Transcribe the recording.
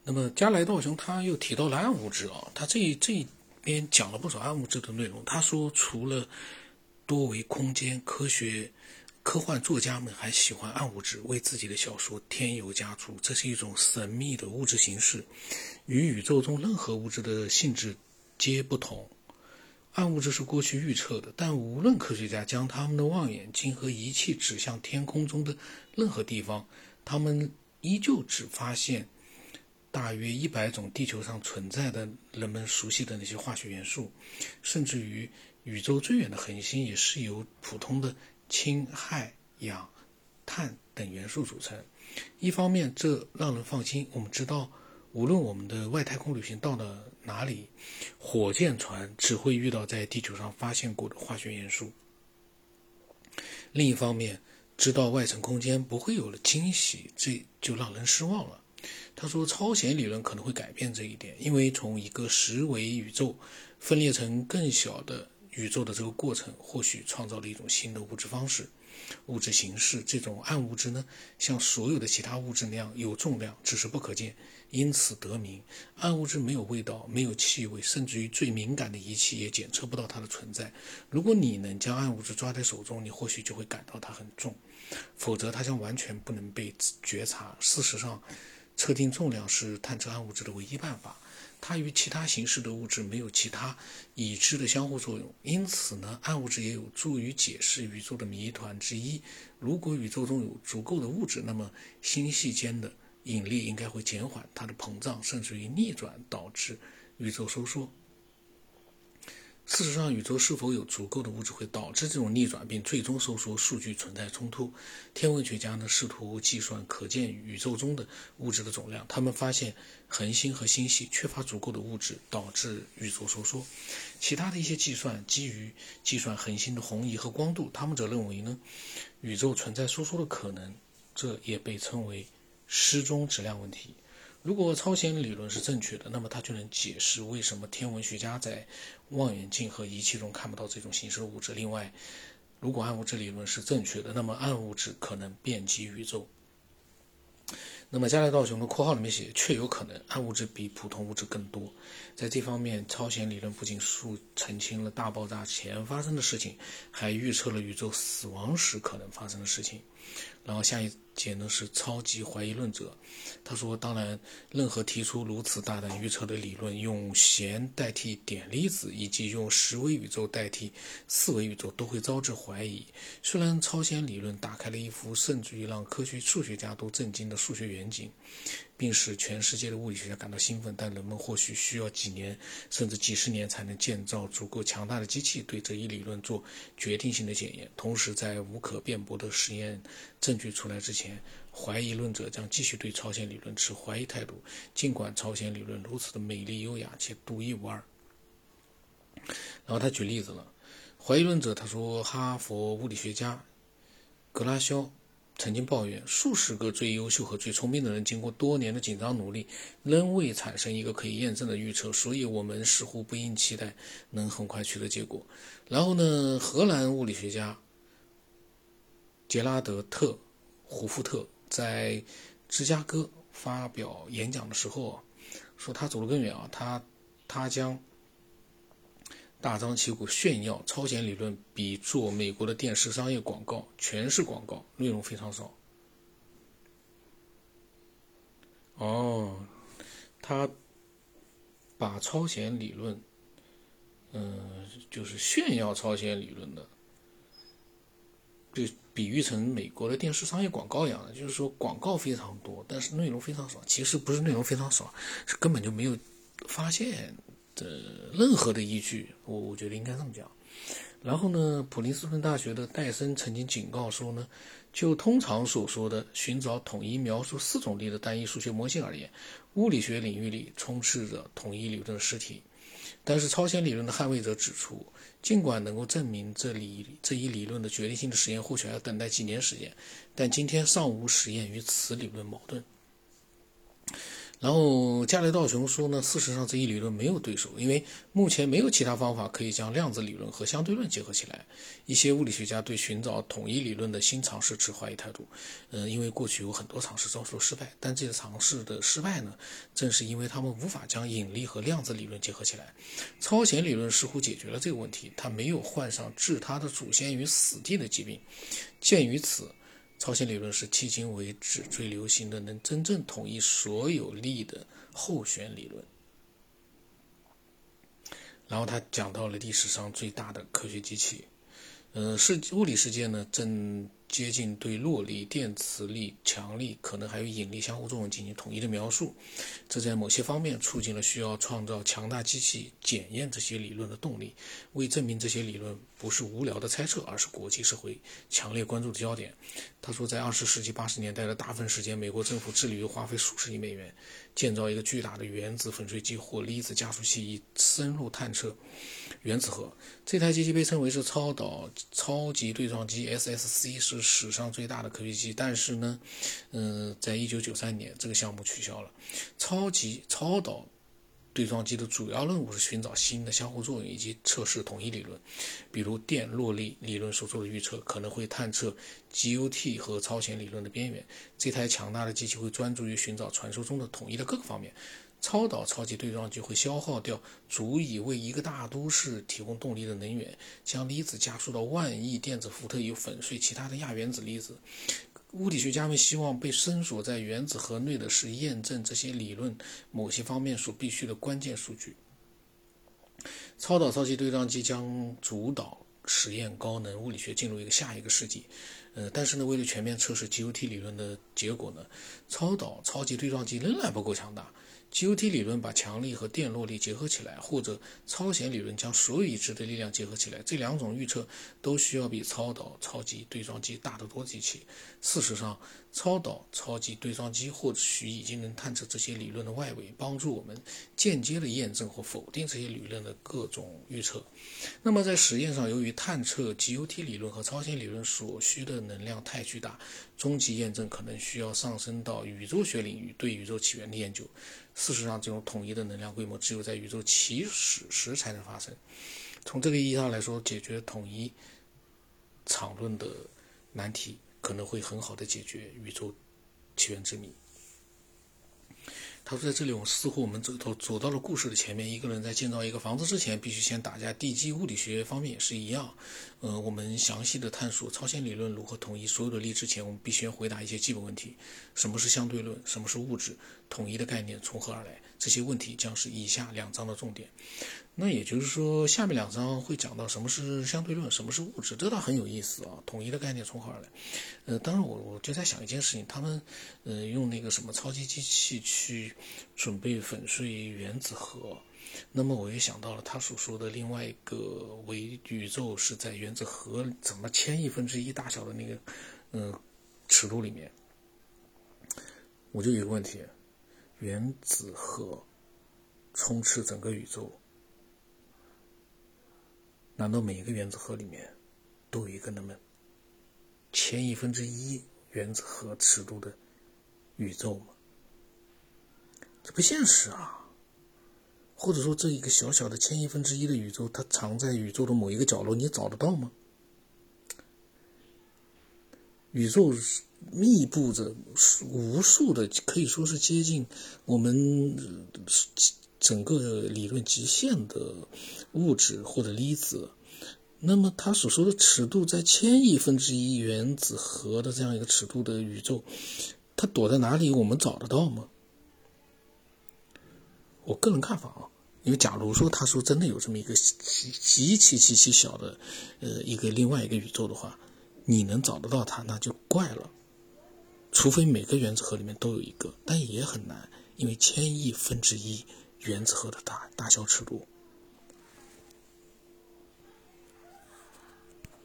那么加来道雄他又提到了暗物质啊，他这一边讲了不少暗物质的内容。他说，除了多维空间科幻作家们还喜欢暗物质，为自己的小说添油加醋。这是一种神秘的物质形式，与宇宙中任何物质的性质皆不同。暗物质是过去预测的，但无论科学家将他们的望远镜和仪器指向天空中的任何地方，他们依旧只发现大约100种地球上存在的人们熟悉的那些化学元素，甚至于宇宙最远的恒星也是由普通的氢、氦、氧、碳等元素组成。一方面这让人放心，我们知道无论我们的外太空旅行到了哪里，火箭船只会遇到在地球上发现过的化学元素。另一方面，知道外层空间不会有了惊喜，这就让人失望了。他说，超弦理论可能会改变这一点，因为从一个10维宇宙分裂成更小的宇宙的这个过程，或许创造了一种新的物质方式、物质形式。这种暗物质呢，像所有的其他物质那样有重量，只是不可见，因此得名。暗物质没有味道，没有气味，甚至于最敏感的仪器也检测不到它的存在。如果你能将暗物质抓在手中，你或许就会感到它很重，否则它将完全不能被觉察。事实上，测定重量是探测暗物质的唯一办法，它与其他形式的物质没有其他已知的相互作用，因此呢，暗物质也有助于解释宇宙的谜团之一。如果宇宙中有足够的物质，那么星系间的引力应该会减缓它的膨胀，甚至于逆转，导致宇宙收缩。事实上，宇宙是否有足够的物质会导致这种逆转并最终收缩，数据存在冲突。天文学家呢试图计算可见宇宙中的物质的总量，他们发现恒星和星系缺乏足够的物质，导致宇宙收缩。其他的一些计算基于计算恒星的红移和光度，他们则认为呢宇宙存在收缩的可能，这也被称为失踪质量问题。如果超弦理论是正确的，那么它就能解释为什么天文学家在望远镜和仪器中看不到这种形式的物质。另外，如果暗物质理论是正确的，那么暗物质可能遍及宇宙。那么加来道雄的括号里面写，确有可能暗物质比普通物质更多。在这方面，超弦理论不仅澄清了大爆炸前发生的事情，还预测了宇宙死亡时可能发生的事情。然后下一节呢是超级怀疑论者，他说，当然任何提出如此大胆预测的理论，用弦代替碘粒子，以及用10维宇宙代替4维宇宙都会招致怀疑。虽然超弦理论打开了一幅甚至于让数学家都震惊的数学远景，并使全世界的物理学家感到兴奋，但人们或许需要几年甚至几十年才能建造足够强大的机器对这一理论做决定性的检验。同时，在无可辩驳的实验证据出来之前，怀疑论者将继续对超弦理论持怀疑态度，尽管超弦理论如此的美丽优雅且独一无二。然后他举例子了，怀疑论者他说，哈佛物理学家格拉肖曾经抱怨，数十个最优秀和最聪明的人经过多年的紧张努力，仍未产生一个可以验证的预测，所以我们似乎不应期待能很快取得结果。然后呢，荷兰物理学家杰拉德特·胡夫特在芝加哥发表演讲的时候说，他走得更远他将大张旗鼓炫耀超弦理论比做美国的电视商业广告，全是广告，内容非常少。他把超弦理论就是炫耀超弦理论的就比喻成美国的电视商业广告一样的，就是说广告非常多，但是内容非常少。其实不是内容非常少，是根本就没有发现任何的依据，我觉得应该这么讲。然后呢，普林斯顿大学的戴森曾经警告说呢，就通常所说的寻找统一描述4种力的单一数学模型而言，物理学领域里充斥着统一理论的实体。但是超弦理论的捍卫者指出，尽管能够证明这一理论的决定性的实验或许还要等待几年时间，但今天尚无实验与此理论矛盾。然后加雷道雄说呢，事实上这一理论没有对手，因为目前没有其他方法可以将量子理论和相对论结合起来。一些物理学家对寻找统一理论的新尝试持怀疑态度，因为过去有很多尝试遭受失败，但这些尝试的失败呢，正是因为他们无法将引力和量子理论结合起来。超弦理论似乎解决了这个问题，它没有患上置他的祖先于死地的疾病。鉴于此，超弦理论是迄今为止最流行的能真正统一所有力的后弦理论。然后他讲到了历史上最大的科学机器，物理世界呢正接近对弱力、电磁力、强力，可能还有引力相互作用进行统一的描述。这在某些方面促进了需要创造强大机器检验这些理论的动力，为证明这些理论不是无聊的猜测，而是国际社会强烈关注的焦点。他说，在20世纪80年代的大部分时间，美国政府致力于花费数十亿美元建造一个巨大的原子粉碎机或粒子加速器，以深入探测原子核。这台机器被称为是超级对撞机 SSC， 是史上最大的科学机器。但是呢，在1993年这个项目取消了。超导对撞机的主要任务是寻找新的相互作用以及测试统一理论，比如电弱力理论所做的预测可能会探测 GOT 和超弦理论的边缘。这台强大的机器会专注于寻找传说中的统一的各个方面。超导超级对撞机会消耗掉足以为一个大都市提供动力的能源，将粒子加速到10000亿电子伏特，以粉碎其他的亚原子粒子。物理学家们希望被深锁在原子核内的是验证这些理论某些方面所必须的关键数据。超导超级对撞机将主导实验高能物理学进入下一个世纪。但是呢，为了全面测试 GOT 理论的结果呢，超导超级对撞机仍然不够强大。GOT 理论把强力和电弱力结合起来，或者超弦理论将所有已知的力量结合起来，这两种预测都需要比超导超级对撞机大得多的机器。事实上，超导超级对撞机或许已经能探测这些理论的外围，帮助我们间接的验证或否定这些理论的各种预测。那么在实验上，由于探测 GOT 理论和超弦理论所需的能量太巨大，终极验证可能需要上升到宇宙学领域对宇宙起源的研究。事实上，这种统一的能量规模只有在宇宙起始时才能发生。从这个意义上来说，解决统一场论的难题可能会很好的解决宇宙起源之谜。他说，在这里似乎我们走到了故事的前面。一个人在建造一个房子之前，必须先打下地基。物理学方面也是一样。我们详细的探索超弦理论如何统一所有的力之前，我们必须回答一些基本问题：什么是相对论？什么是物质？统一的概念从何而来？这些问题将是以下2章的重点。那也就是说，下面2章会讲到什么是相对论，什么是物质，这倒很有意思啊。统一的概念从何而来？当然我就在想一件事情，他们用那个什么超级机器去准备粉碎原子核，那么我也想到了他所说的另外一个为宇宙是在原子核怎么1000亿分之一大小的那个尺度里面。我就有一个问题，原子核充斥整个宇宙，难道每一个原子核里面都有一个那么1000亿分之一原子核尺度的宇宙吗？这不现实啊。或者说，这一个小小的1000亿分之一的宇宙，它藏在宇宙的某一个角落，你找得到吗？宇宙密布着无数的，可以说是接近我们整个理论极限的物质或者粒子。那么他所说的尺度在1000亿分之一原子核的这样一个尺度的宇宙，它躲在哪里？我们找得到吗？我个人看法啊，因为假如说他说真的有这么一个极其小的另外一个宇宙的话，你能找得到它那就怪了。除非每个原子核里面都有一个，但也很难，因为1000亿分之一原子核的大小尺度